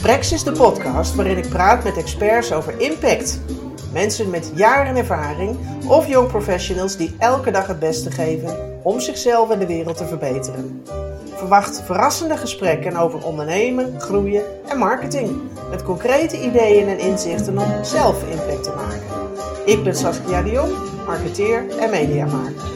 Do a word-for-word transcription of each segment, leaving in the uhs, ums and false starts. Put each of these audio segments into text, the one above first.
Sprex is de podcast waarin ik praat met experts over impact. Mensen met jaren ervaring of young professionals die elke dag het beste geven om zichzelf en de wereld te verbeteren. Verwacht verrassende gesprekken over ondernemen, groeien en marketing. Met concrete ideeën en inzichten om zelf impact te maken. Ik ben Saskia de Jong, marketeer en mediamaker.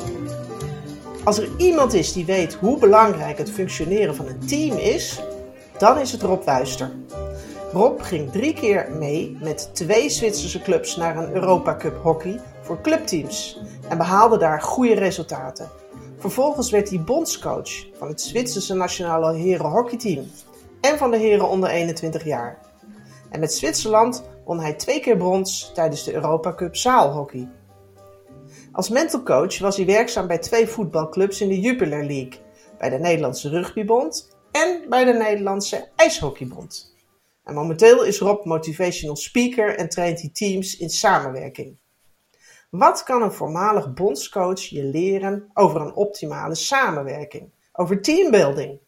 Als er iemand is die weet hoe belangrijk het functioneren van een team is, dan is het Rob Wuister. Rob ging drie keer mee met twee Zwitserse clubs naar een Europa Cup hockey voor clubteams en behaalde daar goede resultaten. Vervolgens werd hij bondscoach van het Zwitserse nationale herenhockeyteam en van de heren onder eenentwintig jaar. En met Zwitserland won hij twee keer brons tijdens de Europa Cup zaalhockey. Als mental coach was hij werkzaam bij twee voetbalclubs in de Jupiler League, bij de Nederlandse Rugbybond en bij de Nederlandse IJshockeybond. En momenteel is Rob motivational speaker en traint hij teams in samenwerking. Wat kan een voormalig bondscoach je leren over een optimale samenwerking? Over teambuilding?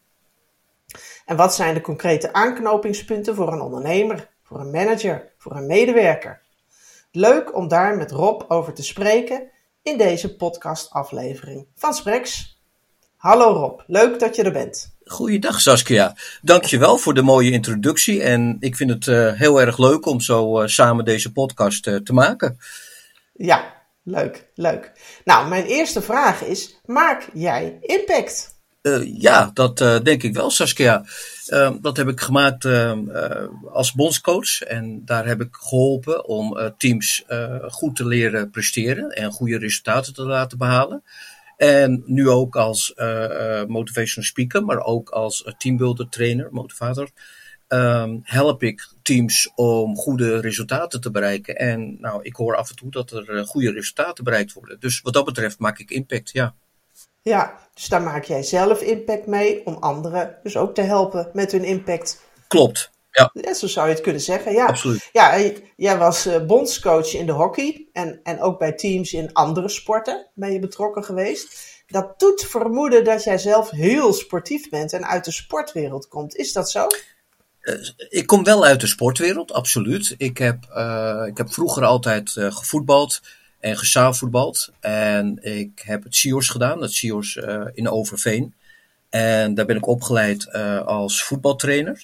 En wat zijn de concrete aanknopingspunten voor een ondernemer, voor een manager, voor een medewerker? Leuk om daar met Rob over te spreken in deze podcastaflevering van Sprex. Hallo Rob, leuk dat je er bent. Goeiedag Saskia, dankjewel voor de mooie introductie en ik vind het uh, heel erg leuk om zo uh, samen deze podcast uh, te maken. Ja, leuk, leuk. Nou, mijn eerste vraag is, maak jij impact? Uh, ja, dat uh, denk ik wel Saskia. Uh, dat heb ik gemaakt uh, uh, als bondscoach en daar heb ik geholpen om uh, teams uh, goed te leren presteren en goede resultaten te laten behalen. En nu ook als uh, uh, motivational speaker, maar ook als uh, teambuilder, trainer, motivator, um, help ik teams om goede resultaten te bereiken. En nou, ik hoor af en toe dat er uh, goede resultaten bereikt worden. Dus wat dat betreft maak ik impact, ja. Ja, dus daar maak jij zelf impact mee om anderen dus ook te helpen met hun impact. Klopt, ja. Ja, zo zou je het kunnen zeggen, ja. Absoluut. Ja, jij was uh, bondscoach in de hockey en, en ook bij teams in andere sporten ben je betrokken geweest. Dat doet vermoeden dat jij zelf heel sportief bent en uit de sportwereld komt. Is dat zo? Uh, ik kom wel uit de sportwereld, absoluut. Ik heb, uh, ik heb vroeger altijd uh, gevoetbald en gezaalvoetbald. En ik heb het S I O S gedaan, het S I O S uh, in Overveen. En daar ben ik opgeleid uh, als voetbaltrainer.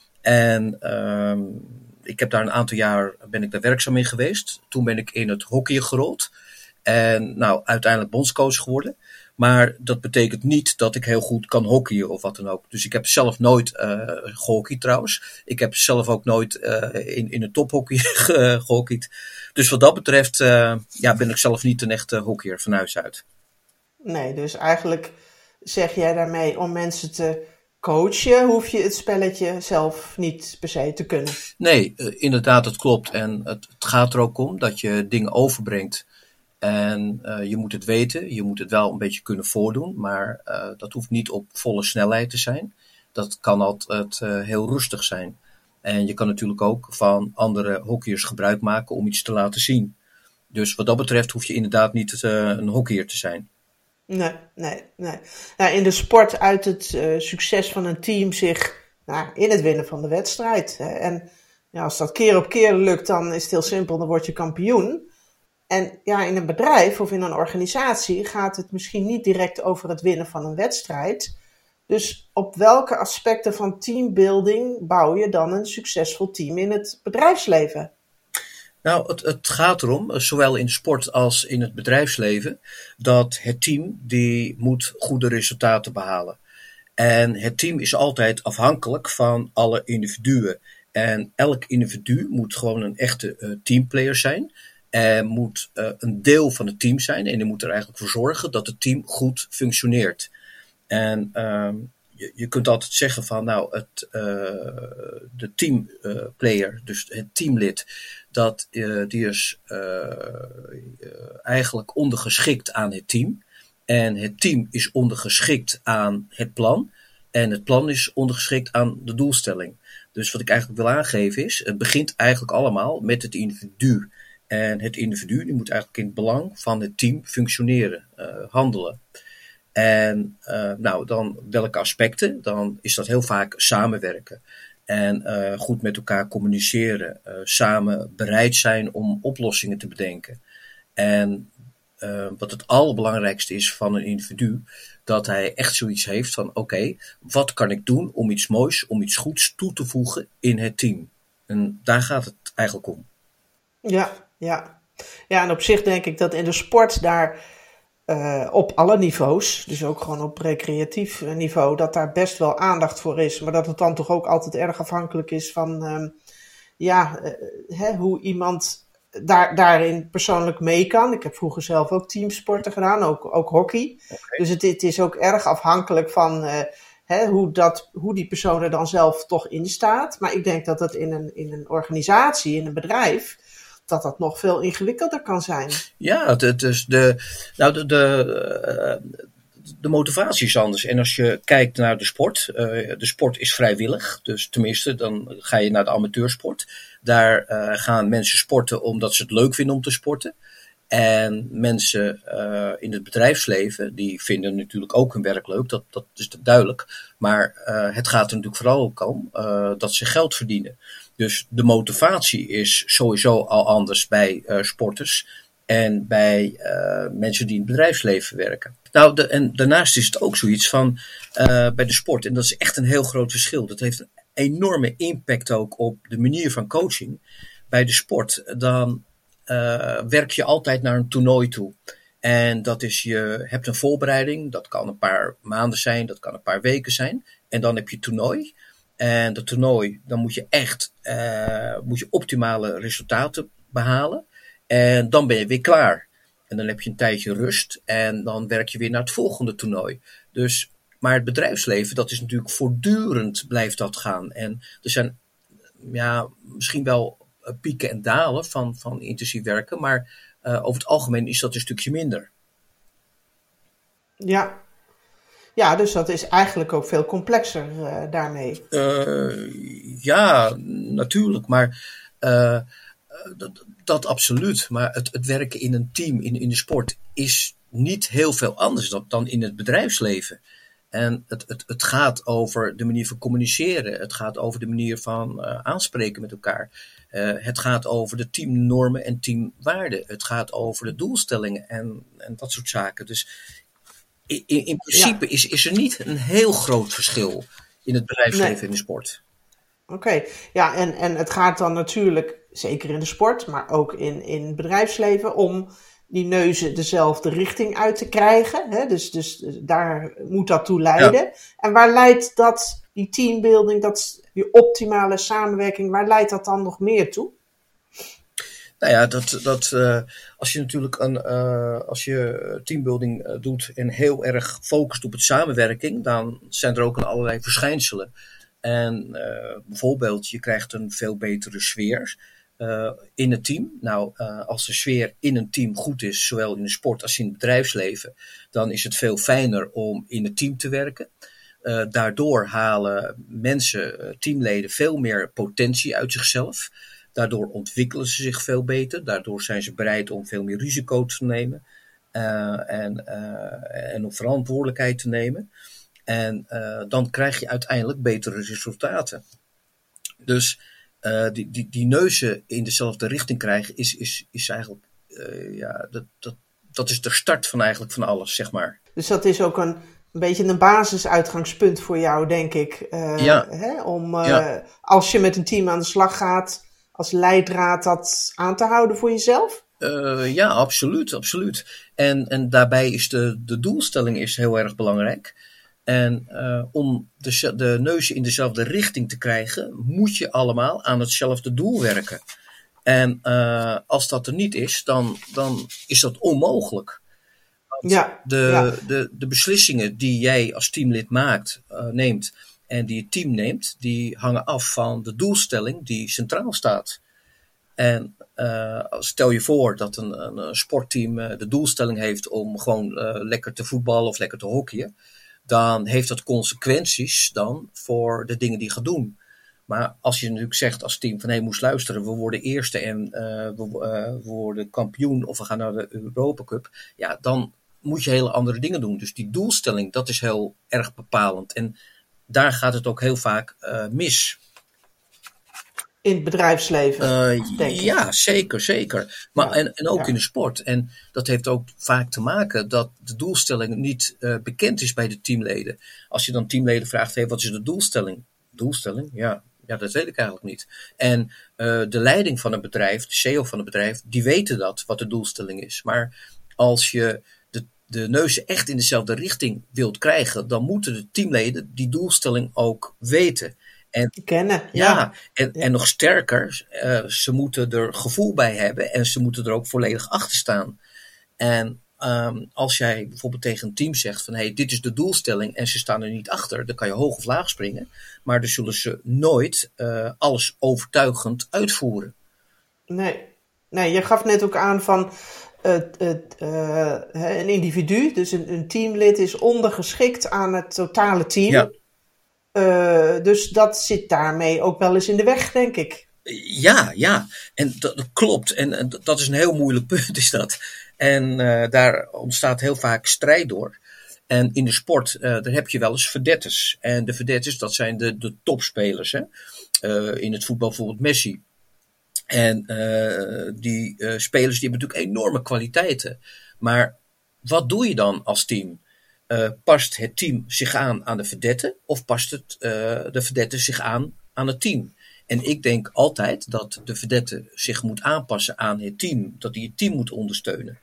En uh, ik heb daar een aantal jaar ben ik daar werkzaam in geweest. Toen ben ik in het hockey gerold. En nou, uiteindelijk bondscoach geworden. Maar dat betekent niet dat ik heel goed kan hockeyen of wat dan ook. Dus ik heb zelf nooit uh, gehockeyd trouwens. Ik heb zelf ook nooit uh, in, in het tophockey ge- gehockeyd. Dus wat dat betreft uh, ja, ben ik zelf niet een echte hockeyer van huis uit. Nee, dus eigenlijk zeg jij daarmee om mensen te coachen, hoef je het spelletje zelf niet per se te kunnen. Nee, uh, inderdaad, het klopt. En het, het gaat er ook om dat je dingen overbrengt. En uh, je moet het weten, je moet het wel een beetje kunnen voordoen, maar uh, dat hoeft niet op volle snelheid te zijn. Dat kan altijd uh, heel rustig zijn. En je kan natuurlijk ook van andere hockeyers gebruik maken om iets te laten zien. Dus wat dat betreft hoef je inderdaad niet uh, een hockeyer te zijn. Nee, nee, nee. Nou, in de sport uit het uh, succes van een team zich nou, in het winnen van de wedstrijd. Hè. En ja, als dat keer op keer lukt, dan is het heel simpel, dan word je kampioen. En ja, in een bedrijf of in een organisatie gaat het misschien niet direct over het winnen van een wedstrijd. Dus op welke aspecten van teambuilding bouw je dan een succesvol team in het bedrijfsleven? Nou, het, het gaat erom, zowel in de sport als in het bedrijfsleven, dat het team die moet goede resultaten behalen. En het team is altijd afhankelijk van alle individuen. En elk individu moet gewoon een echte uh, teamplayer zijn. En moet uh, een deel van het team zijn. En die moet er eigenlijk voor zorgen dat het team goed functioneert. En uh, je, je kunt altijd zeggen van nou, het, uh, de teamplayer, uh, dus het teamlid, dat, uh, die is uh, uh, eigenlijk ondergeschikt aan het team. En het team is ondergeschikt aan het plan. En het plan is ondergeschikt aan de doelstelling. Dus wat ik eigenlijk wil aangeven is, het begint eigenlijk allemaal met het individu. En het individu die moet eigenlijk in het belang van het team functioneren, uh, handelen. En uh, nou, dan welke aspecten? Dan is dat heel vaak samenwerken. En uh, goed met elkaar communiceren. Uh, samen bereid zijn om oplossingen te bedenken. En uh, wat het allerbelangrijkste is van een individu, dat hij echt zoiets heeft van oké, okay, wat kan ik doen om iets moois, om iets goeds toe te voegen in het team? En daar gaat het eigenlijk om. Ja, ja. Ja, en op zich denk ik dat in de sport daar uh, op alle niveaus, dus ook gewoon op recreatief niveau, dat daar best wel aandacht voor is. Maar dat het dan toch ook altijd erg afhankelijk is van uh, ja, uh, hè, hoe iemand daar, daarin persoonlijk mee kan. Ik heb vroeger zelf ook teamsporten gedaan, ook, ook hockey. Okay. Dus het, het is ook erg afhankelijk van uh, hè, hoe, dat, hoe die persoon er dan zelf toch in staat. Maar ik denk dat dat in een, in een organisatie, in een bedrijf, dat dat nog veel ingewikkelder kan zijn. Ja, het is de, nou de, de, de motivatie is anders. En als je kijkt naar de sport, uh, de sport is vrijwillig. Dus tenminste, dan ga je naar de amateursport. Daar uh, gaan mensen sporten omdat ze het leuk vinden om te sporten. En mensen uh, in het bedrijfsleven, die vinden natuurlijk ook hun werk leuk. Dat, dat is duidelijk. Maar uh, het gaat er natuurlijk vooral ook om uh, dat ze geld verdienen. Dus de motivatie is sowieso al anders bij uh, sporters en bij uh, mensen die in het bedrijfsleven werken. Nou, de, en daarnaast is het ook zoiets van uh, bij de sport, en dat is echt een heel groot verschil. Dat heeft een enorme impact ook op de manier van coaching. Bij de sport, dan uh, werk je altijd naar een toernooi toe. En dat is, je hebt een voorbereiding, dat kan een paar maanden zijn, dat kan een paar weken zijn. En dan heb je toernooi. En dat toernooi, dan moet je echt uh, moet je optimale resultaten behalen. En dan ben je weer klaar. En dan heb je een tijdje rust. En dan werk je weer naar het volgende toernooi. Dus, maar het bedrijfsleven, dat is natuurlijk voortdurend blijft dat gaan. En er zijn ja, misschien wel pieken en dalen van, van intensief werken. Maar uh, over het algemeen is dat een stukje minder. Ja. Ja, dus dat is eigenlijk ook veel complexer uh, daarmee. Uh, ja, natuurlijk, maar uh, dat, dat absoluut. Maar het, het werken in een team, in, in de sport, is niet heel veel anders dan, dan in het bedrijfsleven. En het, het, het gaat over de manier van communiceren. Het gaat over de manier van uh, aanspreken met elkaar. Uh, het gaat over de teamnormen en teamwaarden. Het gaat over de doelstellingen en, en dat soort zaken. Dus In, in principe ja. is, is er niet een heel groot verschil in het bedrijfsleven nee. en de sport. Oké, okay. ja, en, en het gaat dan natuurlijk, zeker in de sport, maar ook in, in het bedrijfsleven, om die neuzen dezelfde richting uit te krijgen. Hè? Dus, dus daar moet dat toe leiden. Ja. En waar leidt dat, die teambuilding, dat, die optimale samenwerking, waar leidt dat dan nog meer toe? Nou ja, dat, dat, uh, als je natuurlijk een, uh, als je teambuilding uh, doet en heel erg focust op het samenwerking, dan zijn er ook een allerlei verschijnselen. En uh, bijvoorbeeld, je krijgt een veel betere sfeer uh, in het team. Nou, uh, als de sfeer in een team goed is, zowel in de sport als in het bedrijfsleven, dan is het veel fijner om in het team te werken. Uh, daardoor halen mensen, uh, teamleden, veel meer potentie uit zichzelf. Daardoor ontwikkelen ze zich veel beter. Daardoor zijn ze bereid om veel meer risico te nemen. Uh, en, uh, en om verantwoordelijkheid te nemen. En uh, dan krijg je uiteindelijk betere resultaten. Dus uh, die, die, die neuzen in dezelfde richting krijgen is, is, is eigenlijk... Uh, ja, dat, dat, dat is de start van eigenlijk van alles, zeg maar. Dus dat is ook een, een beetje een basisuitgangspunt voor jou, denk ik. Uh, ja. Hè, om uh, ja. Als je met een team aan de slag gaat, als leidraad dat aan te houden voor jezelf? Uh, ja, absoluut, absoluut. En, en daarbij is de, de doelstelling is heel erg belangrijk. En uh, om de, de neuzen in dezelfde richting te krijgen, moet je allemaal aan hetzelfde doel werken. En uh, als dat er niet is, dan, dan is dat onmogelijk. Want ja, de, ja. De, de beslissingen die jij als teamlid maakt, uh, neemt en die het team neemt, die hangen af van de doelstelling die centraal staat. En uh, stel je voor dat een, een sportteam uh, de doelstelling heeft om gewoon uh, lekker te voetballen of lekker te hockeyen, dan heeft dat consequenties dan voor de dingen die je gaat doen. Maar als je natuurlijk zegt als team van hé, hey, moest luisteren, we worden eerste en uh, we, uh, we worden kampioen of we gaan naar de Europa Cup, ja, dan moet je hele andere dingen doen. Dus die doelstelling, dat is heel erg bepalend. En daar gaat het ook heel vaak uh, mis. in het bedrijfsleven, Uh, denk ik. Ja, zeker, zeker. Maar, Ja, en, en ook ja. in de sport. En dat heeft ook vaak te maken dat de doelstelling niet uh, bekend is bij de teamleden. Als je dan teamleden vraagt, hey, wat is de doelstelling? Doelstelling? Ja, ja, dat weet ik eigenlijk niet. En uh, de leiding van een bedrijf, de C E O van het bedrijf, die weten dat, wat de doelstelling is. Maar als je de, de neuzen echt in dezelfde richting wilt krijgen, dan moeten de teamleden die doelstelling ook weten. En, Kennen, ja. ja, en, Ja. en nog sterker, uh, ze moeten er gevoel bij hebben en ze moeten er ook volledig achter staan. En um, als jij bijvoorbeeld tegen een team zegt van hey, dit is de doelstelling en ze staan er niet achter, dan kan je hoog of laag springen. Maar dan zullen ze nooit uh, alles overtuigend uitvoeren. Nee. nee, je gaf net ook aan van uh, uh, uh, een individu, dus een, een teamlid is ondergeschikt aan het totale team. Ja. Uh, dus dat zit daarmee ook wel eens in de weg, denk ik. Ja, ja. En dat, dat klopt. En, en dat is een heel moeilijk punt, is dat. En uh, daar ontstaat heel vaak strijd door. En in de sport, uh, daar heb je wel eens verdetters. En de verdetters, dat zijn de, de topspelers. Hè? Uh, in het voetbal bijvoorbeeld Messi. En uh, die uh, spelers die hebben natuurlijk enorme kwaliteiten. Maar wat doe je dan als team? Uh, past het team zich aan aan de verdetten? Of past het, uh, de verdetten zich aan aan het team? En ik denk altijd dat de verdette zich moet aanpassen aan het team. Dat hij het team moet ondersteunen.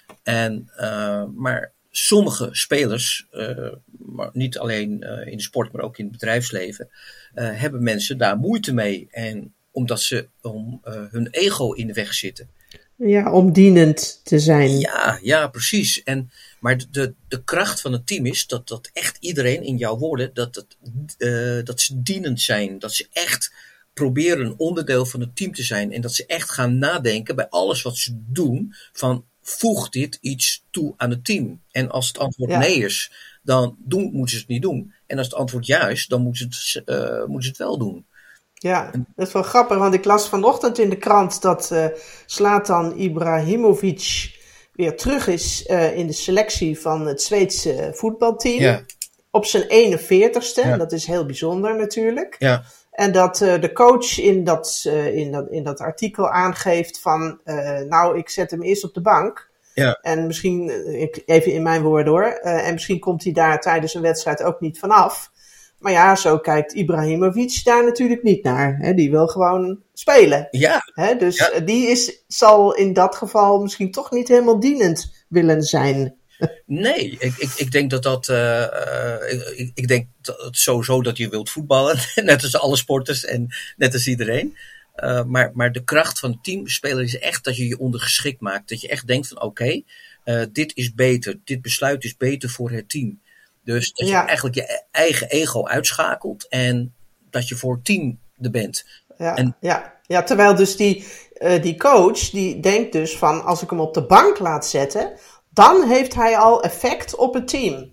En, uh, maar sommige spelers, uh, maar niet alleen uh, in de sport, maar ook in het bedrijfsleven, uh, hebben mensen daar moeite mee. En omdat ze om uh, hun ego in de weg zitten. Ja, om dienend te zijn. Ja, ja, precies. En, maar de, de kracht van het team is dat, dat echt iedereen, in jouw woorden, dat, dat, uh, dat ze dienend zijn. Dat ze echt proberen een onderdeel van het team te zijn. En dat ze echt gaan nadenken bij alles wat ze doen, van voegt dit iets toe aan het team? En als het antwoord ja. nee is, dan doen, moeten ze het niet doen. En als het antwoord ja is, dan moeten ze het, uh, moeten ze het wel doen. Ja, dat is wel grappig, want ik las vanochtend in de krant dat uh, Zlatan Ibrahimovic weer terug is uh, in de selectie van het Zweedse voetbalteam. Ja. Op zijn eenenveertigste, ja. Dat is heel bijzonder natuurlijk. Ja. En dat uh, de coach in dat, uh, in, dat, in dat artikel aangeeft van, uh, nou, ik zet hem eerst op de bank. Ja. En misschien, even in mijn woorden hoor, uh, en misschien komt hij daar tijdens een wedstrijd ook niet vanaf. Maar ja, zo kijkt Ibrahimovic daar natuurlijk niet naar. Hè? Die wil gewoon spelen. Ja. Hè? Dus ja. die is, zal in dat geval misschien toch niet helemaal dienend willen zijn. Nee, ik, ik, ik denk dat dat. Uh, uh, ik, ik denk dat sowieso dat je wilt voetballen. Net als alle sporters en net als iedereen. Uh, maar, maar de kracht van het teamspeler is echt dat je je ondergeschikt maakt. Dat je echt denkt van oké, okay, uh, dit is beter. Dit besluit is beter voor het team. Dus dat je ja. eigenlijk je eigen ego uitschakelt en dat je voor het team er bent. Ja, en, ja. ja terwijl dus die, uh, die coach, die denkt dus van als ik hem op de bank laat zetten, dan heeft hij al effect op het team.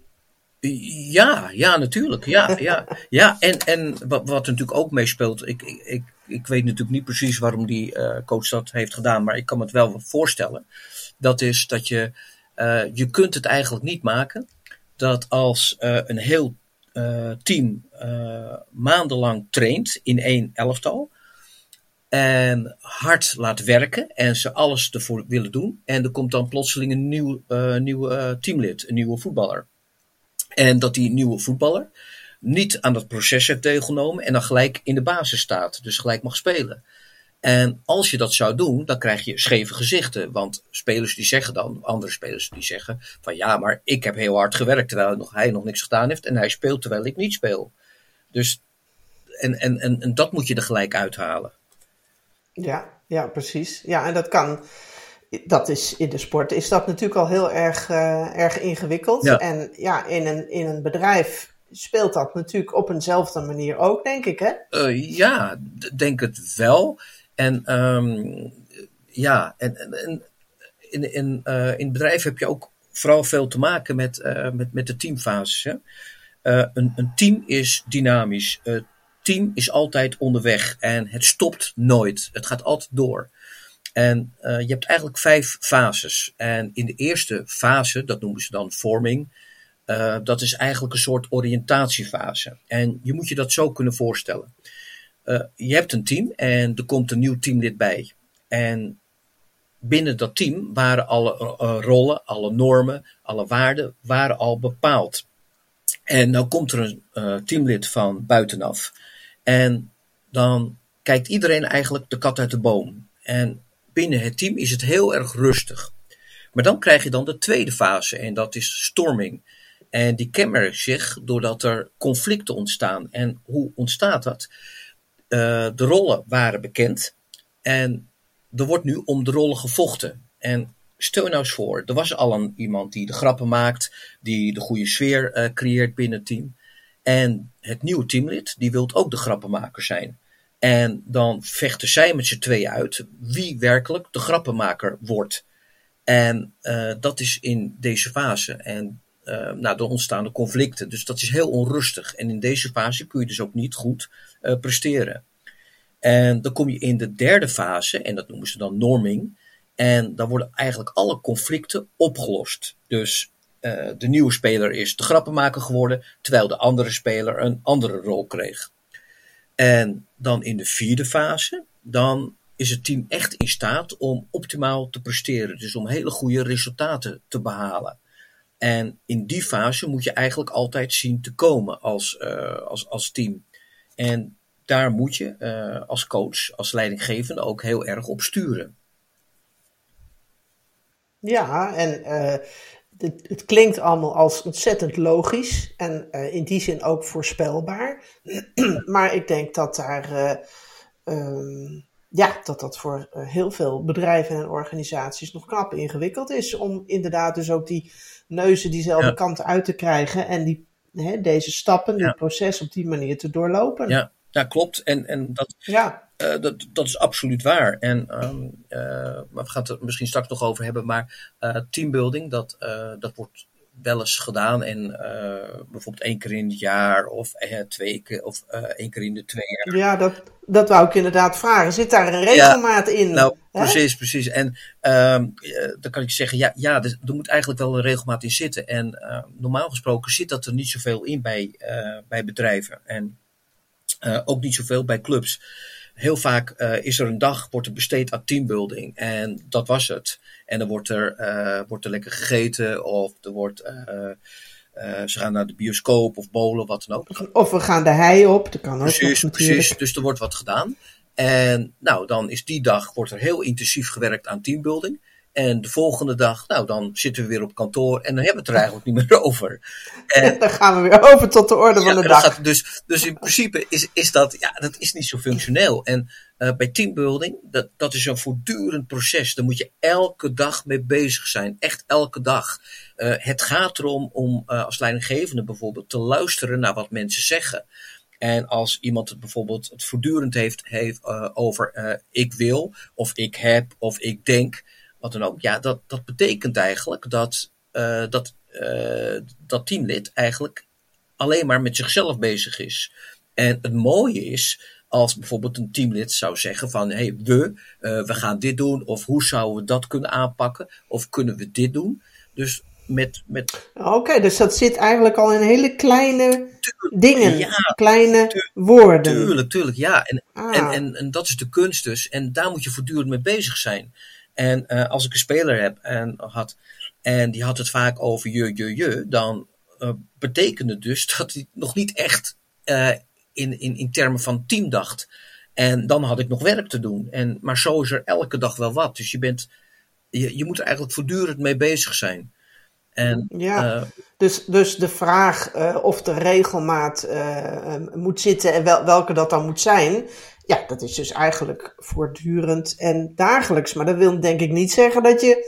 Ja, ja, natuurlijk. Ja, ja, ja. En, en wat, wat natuurlijk ook meespeelt, ik, ik, ik, ik weet natuurlijk niet precies waarom die uh, coach dat heeft gedaan, maar ik kan me het wel voorstellen. Dat is dat je, uh, je kunt het eigenlijk niet maken dat als uh, een heel uh, team uh, maandenlang traint in één elftal en hard laat werken en ze alles ervoor willen doen en er komt dan plotseling een nieuw, uh, nieuw uh, teamlid, een nieuwe voetballer. En dat die nieuwe voetballer niet aan dat proces heeft deelgenomen en dan gelijk in de basis staat, dus gelijk mag spelen. En als je dat zou doen, dan krijg je scheve gezichten. Want spelers die zeggen dan, andere spelers die zeggen van ja, maar ik heb heel hard gewerkt terwijl hij nog, hij nog niks gedaan heeft. En hij speelt terwijl ik niet speel. Dus, en, en, en, en dat moet je er gelijk uithalen. Ja, ja, precies. Ja, en dat kan, dat is in de sport is dat natuurlijk al heel erg, uh, erg ingewikkeld. Ja. En ja, in een, in een bedrijf speelt dat natuurlijk op eenzelfde manier ook, denk ik, hè? Uh, ja, denk het wel. En um, ja, en, en in, in, uh, in het bedrijf heb je ook vooral veel te maken met, uh, met, met de teamfases. Hè? Uh, een, een team is dynamisch. Het uh, team is altijd onderweg en het stopt nooit. Het gaat altijd door. En uh, je hebt eigenlijk vijf fases. En in de eerste fase, dat noemen ze dan vorming, uh, dat is eigenlijk een soort oriëntatiefase. En je moet je dat zo kunnen voorstellen. uh, je hebt een team en er komt een nieuw teamlid bij. En binnen dat team waren alle uh, rollen, alle normen, alle waarden waren al bepaald. En nou komt er een uh, teamlid van buitenaf. En dan kijkt iedereen eigenlijk de kat uit de boom. En binnen het team is het heel erg rustig. Maar dan krijg je dan de tweede fase en dat is storming. En die kenmerkt zich doordat er conflicten ontstaan. En hoe ontstaat dat? Uh, de rollen waren bekend en er wordt nu om de rollen gevochten. En stel je nou eens voor, er was al een, iemand die de grappen maakt, die de goede sfeer uh, creëert binnen het team. En het nieuwe teamlid, die wil ook de grappenmaker zijn. En dan vechten zij met z'n tweeën uit wie werkelijk de grappenmaker wordt. En uh, dat is in deze fase. En uh, nou, er ontstaan de conflicten. Dus dat is heel onrustig. En in deze fase kun je dus ook niet goed uh, presteren. En dan kom je in de derde fase, en dat noemen ze dan norming. En dan worden eigenlijk alle conflicten opgelost. Dus uh, de nieuwe speler is de grappenmaker geworden, terwijl de andere speler een andere rol kreeg. En dan in de vierde fase, dan is het team echt in staat om optimaal te presteren. Dus om hele goede resultaten te behalen. En in die fase moet je eigenlijk altijd zien te komen als, uh, als, als team. En daar moet je uh, als coach, als leidinggevende ook heel erg op sturen. Ja, en uh, het, het klinkt allemaal als ontzettend logisch en uh, in die zin ook voorspelbaar. Maar ik denk dat daar, uh, um, ja, dat dat voor uh, heel veel bedrijven en organisaties nog knap ingewikkeld is. Om inderdaad dus ook die neuzen diezelfde ja. kant uit te krijgen en die, hè, deze stappen, ja. dit proces op die manier te doorlopen. Ja, ja klopt. En, en dat... Ja. Uh, dat, dat is absoluut waar. En um, uh, maar we gaan het er misschien straks nog over hebben. Maar uh, teambuilding, dat, uh, dat wordt wel eens gedaan. En uh, bijvoorbeeld één keer in het jaar of uh, twee keer of uh, één keer in de twee jaar. Ja, dat, dat wou ik inderdaad vragen. Zit daar een regelmaat ja, in? Nou, hè? precies, precies. En um, uh, dan kan ik zeggen, ja, ja er, er moet eigenlijk wel een regelmaat in zitten. En uh, normaal gesproken zit dat er niet zoveel in bij, uh, bij bedrijven. En uh, ook niet zoveel bij clubs. Heel vaak uh, is er een dag, wordt er besteed aan teambuilding. En dat was het. En dan wordt er, uh, wordt er lekker gegeten. Of er wordt, uh, uh, ze gaan naar de bioscoop of bowlen, wat dan ook. Of we gaan de hei op. Dat kan ook precies, nog, precies. Dus er wordt wat gedaan. En nou, dan is die dag, wordt er heel intensief gewerkt aan teambuilding. En de volgende dag, nou, dan zitten we weer op kantoor en dan hebben we het er eigenlijk niet meer over. En dan gaan we weer over tot de orde ja, van de dag. Gaat, dus, dus in principe is, is dat, ja, dat is niet zo functioneel. En uh, bij teambuilding, dat, dat is een voortdurend proces. Daar moet je elke dag mee bezig zijn. Echt elke dag. Uh, het gaat erom om uh, als leidinggevende bijvoorbeeld te luisteren naar wat mensen zeggen. En als iemand het bijvoorbeeld het voortdurend heeft, heeft uh, over uh, ik wil, of ik heb, of ik denk... Wat dan ook, ja, dat, dat betekent eigenlijk dat, uh, dat, uh, dat teamlid eigenlijk alleen maar met zichzelf bezig is. En het mooie is, als bijvoorbeeld een teamlid zou zeggen van, hé, hey, we, uh, we gaan dit doen, of hoe zouden we dat kunnen aanpakken, of kunnen we dit doen. Dus met... met... Oké, okay, dus dat zit eigenlijk al in hele kleine tuurlijk, dingen, ja, kleine tuurlijk, woorden. Tuurlijk, tuurlijk, ja. En, ah. en, en, en dat is de kunst dus, en daar moet je voortdurend mee bezig zijn. En uh, als ik een speler heb en had, en die had het vaak over je, je, je, dan uh, betekende dus dat hij nog niet echt uh, in, in, in termen van team dacht. En dan had ik nog werk te doen. En, maar zo is er elke dag wel wat. Dus je bent, je, je moet er eigenlijk voortdurend mee bezig zijn. En, ja, uh, dus, dus de vraag uh, of de regelmaat uh, moet zitten en wel, welke dat dan moet zijn... Ja, dat is dus eigenlijk voortdurend en dagelijks. Maar dat wil denk ik niet zeggen dat je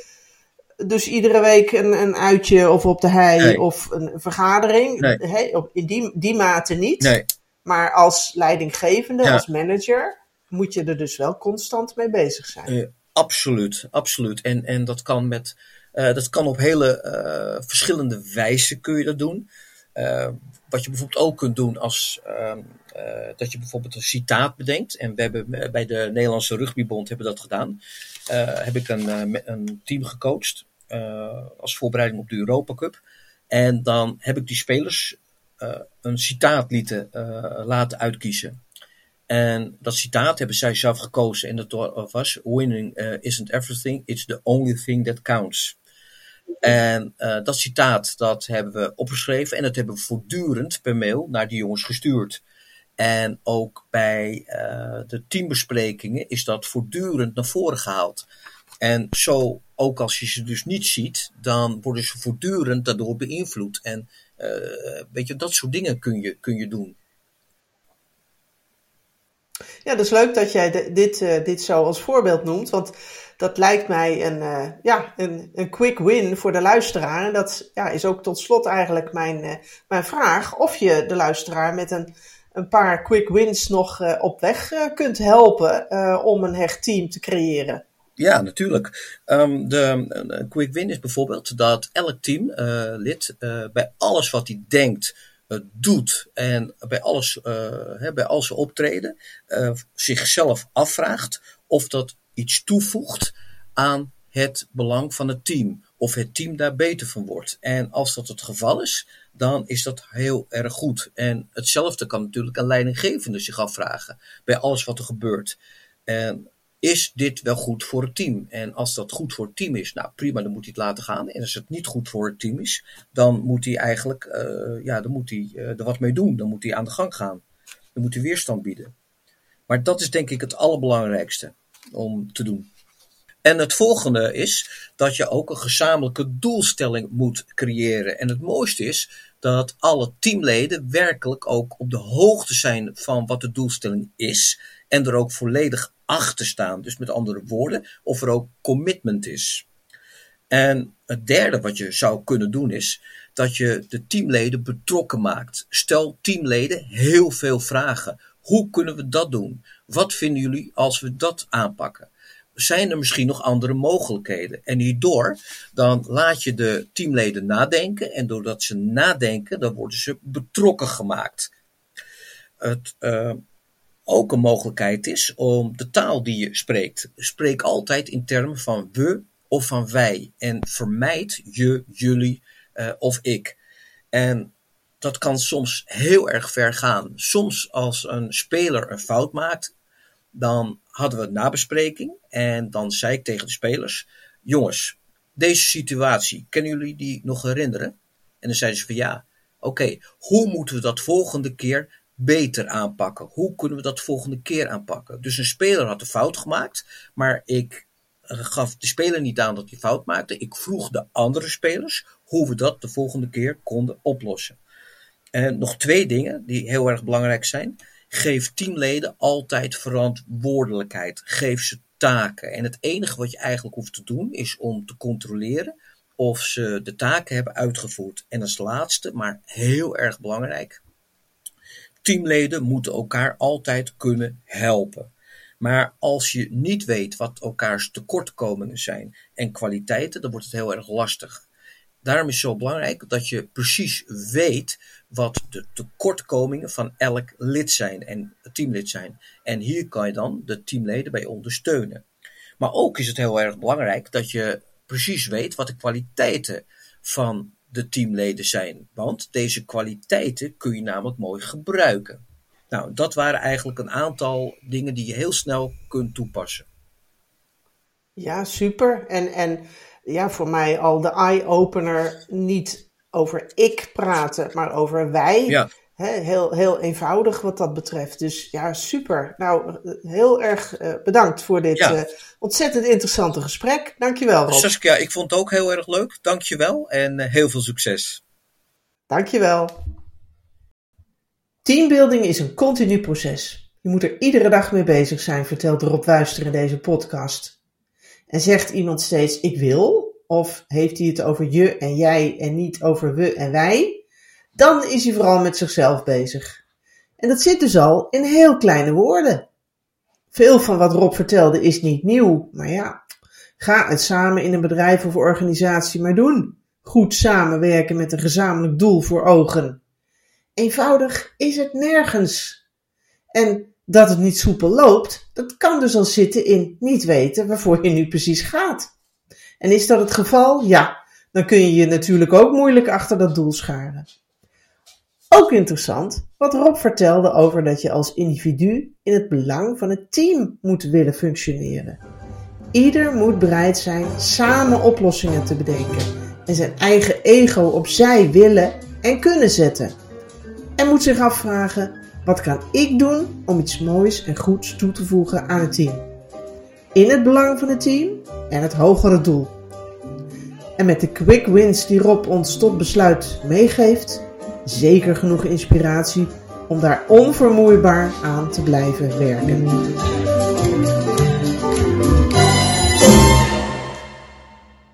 dus iedere week een, een uitje of op de hei nee. of een vergadering. Nee. He, in die, die mate niet. Nee. Maar als leidinggevende, ja. als manager, moet je er dus wel constant mee bezig zijn. Uh, absoluut, absoluut. En, en dat kan met, uh, dat kan op hele uh, verschillende wijzen kun je dat doen. Uh, wat je bijvoorbeeld ook kunt doen als uh, uh, dat je bijvoorbeeld een citaat bedenkt. En we hebben bij de Nederlandse Rugbybond hebben dat gedaan. Uh, heb ik een, uh, een team gecoacht uh, als voorbereiding op de Europa Cup. En dan heb ik die spelers uh, een citaat lieten, uh, laten uitkiezen. En dat citaat hebben zij zelf gekozen en dat was: winning uh, isn't everything, it's the only thing that counts. En uh, dat citaat, dat hebben we opgeschreven en dat hebben we voortdurend per mail naar die jongens gestuurd. En ook bij uh, de teambesprekingen is dat voortdurend naar voren gehaald. En zo, ook als je ze dus niet ziet, dan worden ze voortdurend daardoor beïnvloed. En uh, weet je, dat soort dingen kun je, kun je doen. Ja, dat is leuk dat jij de, dit, uh, dit zo als voorbeeld noemt, want dat lijkt mij een, uh, ja, een, een quick win voor de luisteraar. En dat ja, is ook tot slot eigenlijk mijn, uh, mijn vraag, of je de luisteraar met een, een paar quick wins nog uh, op weg uh, kunt helpen uh, om een hecht team te creëren. Ja, natuurlijk. Um, de een quick win is bijvoorbeeld dat elk teamlid uh, uh, bij alles wat hij denkt, uh, doet en bij alles, uh, hè, bij al zijn optreden uh, zichzelf afvraagt of dat iets toevoegt aan het belang van het team. Of het team daar beter van wordt. En als dat het geval is, dan is dat heel erg goed. En hetzelfde kan natuurlijk een leidinggevende zich afvragen bij alles wat er gebeurt. En is dit wel goed voor het team? En als dat goed voor het team is, nou prima, dan moet hij het laten gaan. En als het niet goed voor het team is, dan moet hij eigenlijk uh, ja, dan moet hij uh, er wat mee doen. Dan moet hij aan de gang gaan. Dan moet hij weerstand bieden. Maar dat is denk ik het allerbelangrijkste om te doen. En het volgende is dat je ook een gezamenlijke doelstelling moet creëren. En het mooiste is dat alle teamleden werkelijk ook op de hoogte zijn van wat de doelstelling is. En er ook volledig achter staan. Dus met andere woorden, of er ook commitment is. En het derde wat je zou kunnen doen is dat je de teamleden betrokken maakt. Stel teamleden heel veel vragen. Hoe kunnen we dat doen? Wat vinden jullie als we dat aanpakken? Zijn er misschien nog andere mogelijkheden? En hierdoor, dan laat je de teamleden nadenken. En doordat ze nadenken, dan worden ze betrokken gemaakt. Het uh, ook een mogelijkheid is om de taal die je spreekt. Spreek altijd in termen van we of van wij. En vermijd je, jullie uh, of ik. En dat kan soms heel erg ver gaan. Soms als een speler een fout maakt, dan hadden we een nabespreking en dan zei ik tegen de spelers: jongens, deze situatie, kunnen jullie die nog herinneren? En dan zeiden ze van ja, oké, okay, hoe moeten we dat volgende keer beter aanpakken? Hoe kunnen we dat volgende keer aanpakken? Dus een speler had een fout gemaakt, maar ik gaf de speler niet aan dat hij fout maakte. Ik vroeg de andere spelers hoe we dat de volgende keer konden oplossen. En nog twee dingen die heel erg belangrijk zijn. Geef teamleden altijd verantwoordelijkheid. Geef ze taken. En het enige wat je eigenlijk hoeft te doen is om te controleren of ze de taken hebben uitgevoerd. En als laatste, maar heel erg belangrijk, teamleden moeten elkaar altijd kunnen helpen. Maar als je niet weet wat elkaars tekortkomingen zijn en kwaliteiten, dan wordt het heel erg lastig. Daarom is het zo belangrijk dat je precies weet wat de tekortkomingen van elk lid zijn en teamlid zijn. En hier kan je dan de teamleden bij ondersteunen. Maar ook is het heel erg belangrijk dat je precies weet wat de kwaliteiten van de teamleden zijn. Want deze kwaliteiten kun je namelijk mooi gebruiken. Nou, dat waren eigenlijk een aantal dingen die je heel snel kunt toepassen. Ja, super. En, en ja, voor mij al de eye-opener, niet over ik praten, maar over wij. Ja. He, heel, heel eenvoudig wat dat betreft. Dus ja, super. Nou, heel erg uh, bedankt voor dit ja. uh, ontzettend interessante gesprek. Dankjewel, Rob. Saskia, ik vond het ook heel erg leuk. Dankjewel en uh, heel veel succes. Dankjewel. Teambuilding is een continu proces. Je moet er iedere dag mee bezig zijn, vertelt Rob Wuister in deze podcast. En zegt iemand steeds ik wil, of heeft hij het over je en jij en niet over we en wij, dan is hij vooral met zichzelf bezig. En dat zit dus al in heel kleine woorden. Veel van wat Rob vertelde is niet nieuw, maar ja, ga het samen in een bedrijf of organisatie maar doen. Goed samenwerken met een gezamenlijk doel voor ogen. Eenvoudig is het nergens. En dat het niet soepel loopt, dat kan dus al zitten in niet weten waarvoor je nu precies gaat. En is dat het geval? Ja, dan kun je je natuurlijk ook moeilijk achter dat doel scharen. Ook interessant wat Rob vertelde over dat je als individu in het belang van het team moet willen functioneren. Ieder moet bereid zijn samen oplossingen te bedenken en zijn eigen ego opzij willen en kunnen zetten. En moet zich afvragen, wat kan ik doen om iets moois en goeds toe te voegen aan het team? In het belang van het team en het hogere doel. En met de quick wins die Rob ons tot besluit meegeeft, zeker genoeg inspiratie om daar onvermoeibaar aan te blijven werken.